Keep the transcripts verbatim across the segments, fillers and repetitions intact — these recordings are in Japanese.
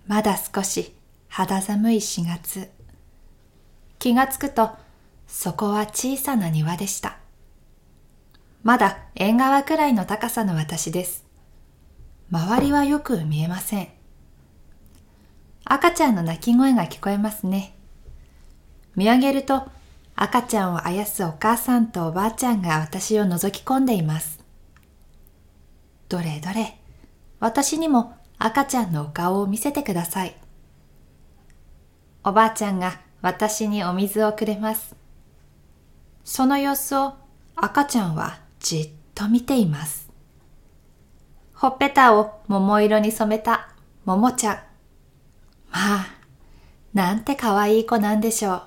まだ少し肌寒いしがつ。気がつくと、そこは小さな庭でした。まだ縁側くらいの高さの私です。周りはよく見えません。赤ちゃんの泣き声が聞こえますね。見上げると、赤ちゃんをあやすお母さんとおばあちゃんが私を覗き込んでいます。どれどれ、私にも赤ちゃんのお顔を見せてください。おばあちゃんが私にお水をくれます。その様子を赤ちゃんはじっと見ています。ほっぺたを桃色に染めたももちゃん。まあ、なんて可愛い子なんでしょう。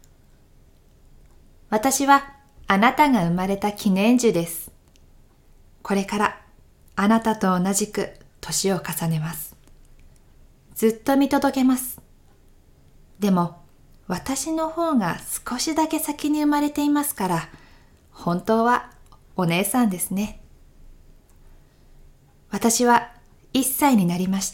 私はあなたが生まれた記念樹です。これからあなたと同じく年を重ねます。ずっと見届けます。でも私の方が少しだけ先に生まれていますから、本当はお姉さんですね。私はいっさいになりました。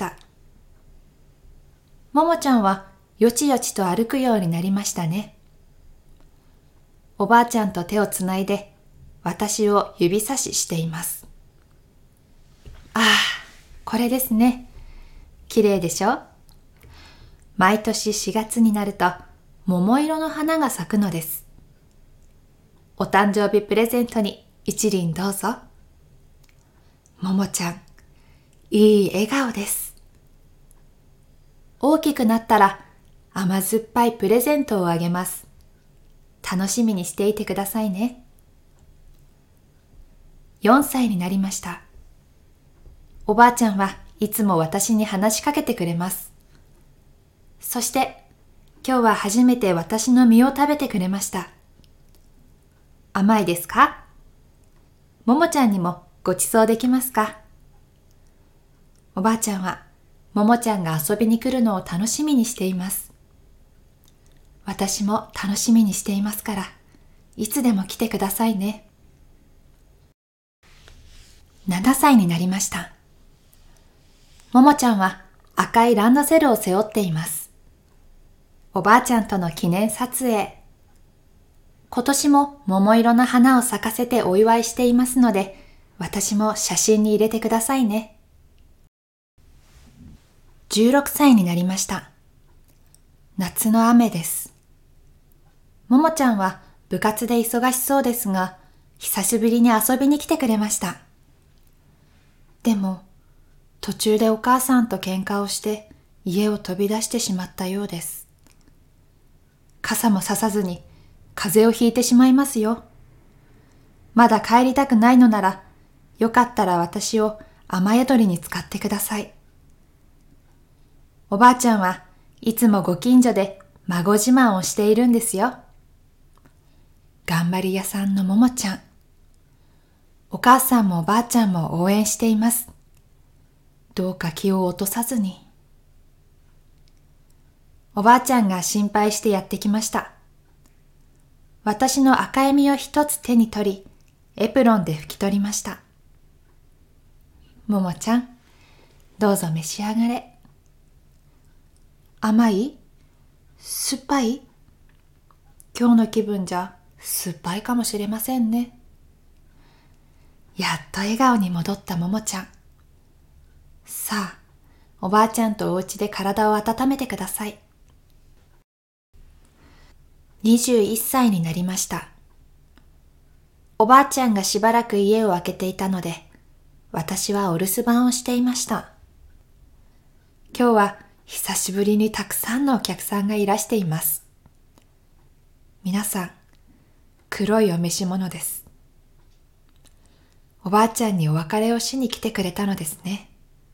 ももちゃんはよちよちと歩くようになりましたね。おばあちゃんと手をつないで私を指差ししています。ああ、これですね。綺麗でしょ？毎年しがつになると桃色の花が咲くのです。お誕生日プレゼントに一輪どうぞ。ももちゃん、いい笑顔です。大きくなったら甘酸っぱいプレゼントをあげます。楽しみにしていてくださいね。よんさいになりました。おばあちゃんはいつも私に話しかけてくれます。そして今日は初めて私の実を食べてくれました。甘いですか？ももちゃんにもご馳走できますか？おばあちゃんはももちゃんが遊びに来るのを楽しみにしています。私も楽しみにしていますから、いつでも来てくださいね。ななさいになりました。ももちゃんは赤いランドセルを背負っています。おばあちゃんとの記念撮影。今年も桃色の花を咲かせてお祝いしていますので、私も写真に入れてくださいね。じゅうろくさいになりました。夏の雨です。ももちゃんは部活で忙しそうですが、久しぶりに遊びに来てくれました。でも、途中でお母さんと喧嘩をして家を飛び出してしまったようです。傘もささずに風邪をひいてしまいますよ。まだ帰りたくないのなら、よかったら私を雨宿りに使ってください。おばあちゃんはいつもご近所で孫自慢をしているんですよ。頑張り屋さんのももちゃん。お母さんもおばあちゃんも応援しています。どうか気を落とさずに。おばあちゃんが心配してやってきました。私の赤い実を一つ手に取り、エプロンで拭き取りました。ももちゃん、どうぞ召し上がれ。甘い？酸っぱい？今日の気分じゃ酸っぱいかもしれませんね。やっと笑顔に戻ったももちゃん。さあ、おばあちゃんとお家で体を温めてください。にじゅういっさいになりました。おばあちゃんがしばらく家を空けていたので、私はお留守番をしていました。今日は久しぶりにたくさんのお客さんがいらしています。皆さん、黒いお召し物です。おばあちゃんにお別れをしに来てくれたのですね。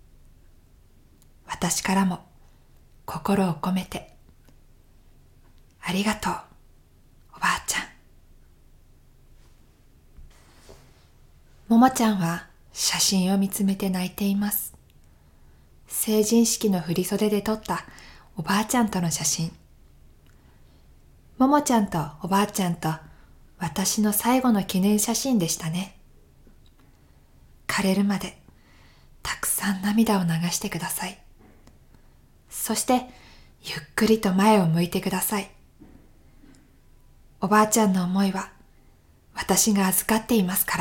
私からも心を込めて、ありがとう、おばあちゃん。ももちゃんは写真を見つめて泣いています。成人式の振袖で撮ったおばあちゃんとの写真。ももちゃんとおばあちゃんと私の最後の記念写真でしたね。枯れるまでたくさん涙を流してください。 そしてゆっくりと前を向いてください。おばあちゃんの思いは私が預かっていますから。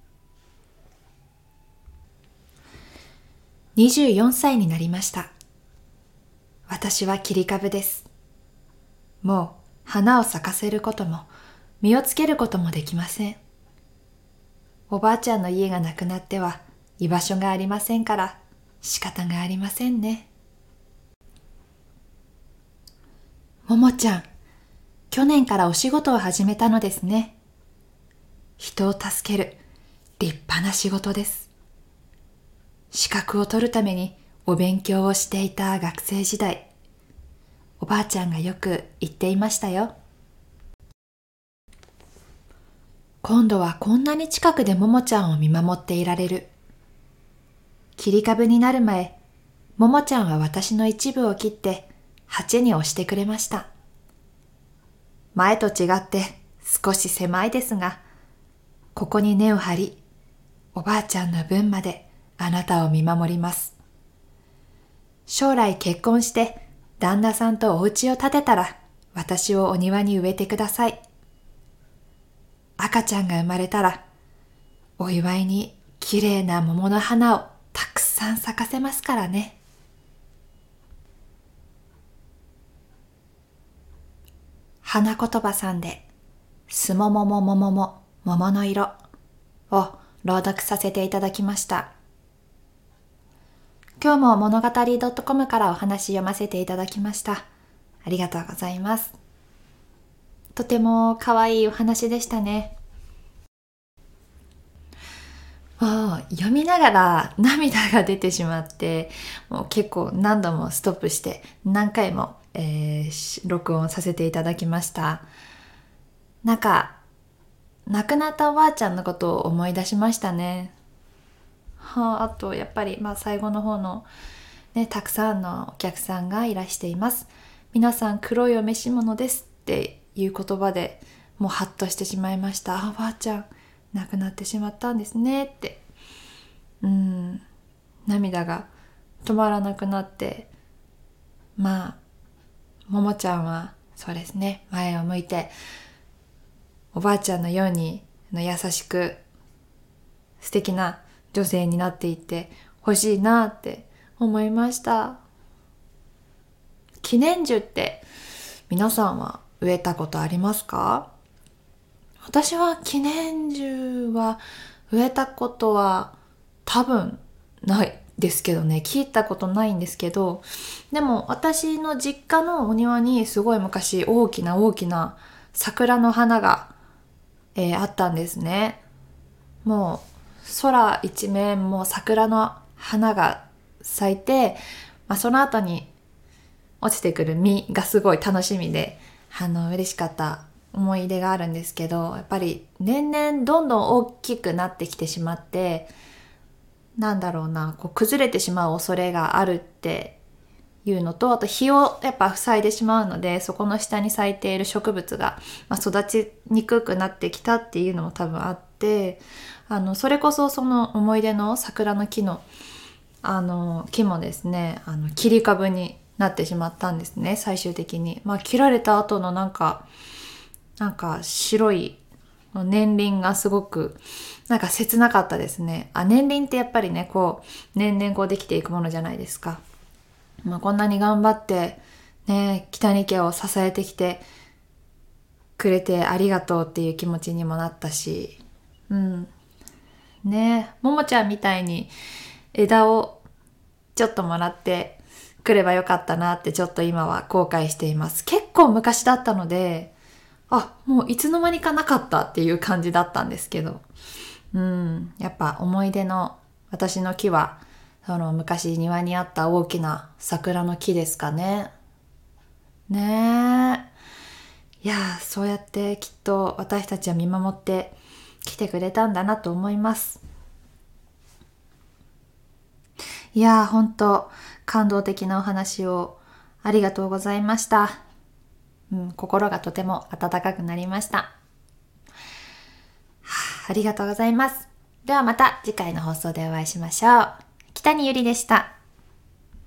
にじゅうよんさいになりました。私は切り株です。もう花を咲かせることも実をつけることもできません。おばあちゃんの家がなくなっては居場所がありませんから仕方がありませんね。ももちゃん、去年からお仕事を始めたのですね。人を助ける立派な仕事です。資格を取るためにお勉強をしていた学生時代、おばあちゃんがよく言っていましたよ。今度はこんなに近くでももちゃんを見守っていられる。切り株になる前、ももちゃんは私の一部を切って鉢に押してくれました。前と違って少し狭いですが、ここに根を張り、おばあちゃんの分まであなたを見守ります。将来結婚して旦那さんとお家を建てたら、私をお庭に植えてください。赤ちゃんが生まれたら、お祝いにきれいな桃の花をたくさん咲かせますからね。花言葉さんで、すもももももも桃の色を朗読させていただきました。今日も物語 .com からお話読ませていただきました。ありがとうございます。とても可愛いお話でしたね。もう読みながら涙が出てしまって、もう結構何度もストップして何回も、えー、録音させていただきました。なんか亡くなったおばあちゃんのことを思い出しましたね。はあ、あとやっぱり、まあ、最後の方の、ね、たくさんのお客さんがいらしています。皆さん黒いお召し物ですっていう言葉でもうハッとしてしまいました。あ、おばあちゃん亡くなってしまったんですねって、うん、涙が止まらなくなって、まあももちゃんはそうですね、前を向いておばあちゃんのように優しく素敵な女性になっていってほしいなって思いました。記念樹って皆さんは植えたことありますか？私は記念樹は植えたことは多分ないですけどね、聞いたことないんですけど、でも私の実家のお庭にすごい昔大きな大きな桜の花が、えー、あったんですね。もう空一面もう桜の花が咲いて、まあ、その後に落ちてくる実がすごい楽しみで、あの嬉しかった思い出があるんですけど、やっぱり年々どんどん大きくなってきてしまって、なんだろうな、こう崩れてしまう恐れがあるっていうのと、あと日をやっぱ塞いでしまうので、そこの下に咲いている植物が、まあ、育ちにくくなってきたっていうのも多分あって、あのそれこそその思い出の桜の木のあの木もですね、あの切り株になってしまったんですね、最終的に。まあ切られた後のなんかなんか白い年輪がすごくなんか切なかったですね。あ、年輪ってやっぱりね、こう年々こうできていくものじゃないですか。まあ、こんなに頑張ってね、北に家を支えてきてくれてありがとうっていう気持ちにもなったし、うんね、ももちゃんみたいに枝をちょっともらってくればよかったなってちょっと今は後悔しています。結構昔だったので、あ、もういつの間にかなかったっていう感じだったんですけど、うん、やっぱ思い出の私の木はその昔庭にあった大きな桜の木ですかね。ねえ、いやー、そうやってきっと私たちは見守って来てくれたんだなと思います。いやー、本当感動的なお話をありがとうございました。うん、心がとても温かくなりました。はあ、ありがとうございます。ではまた次回の放送でお会いしましょう。北にゆりでした。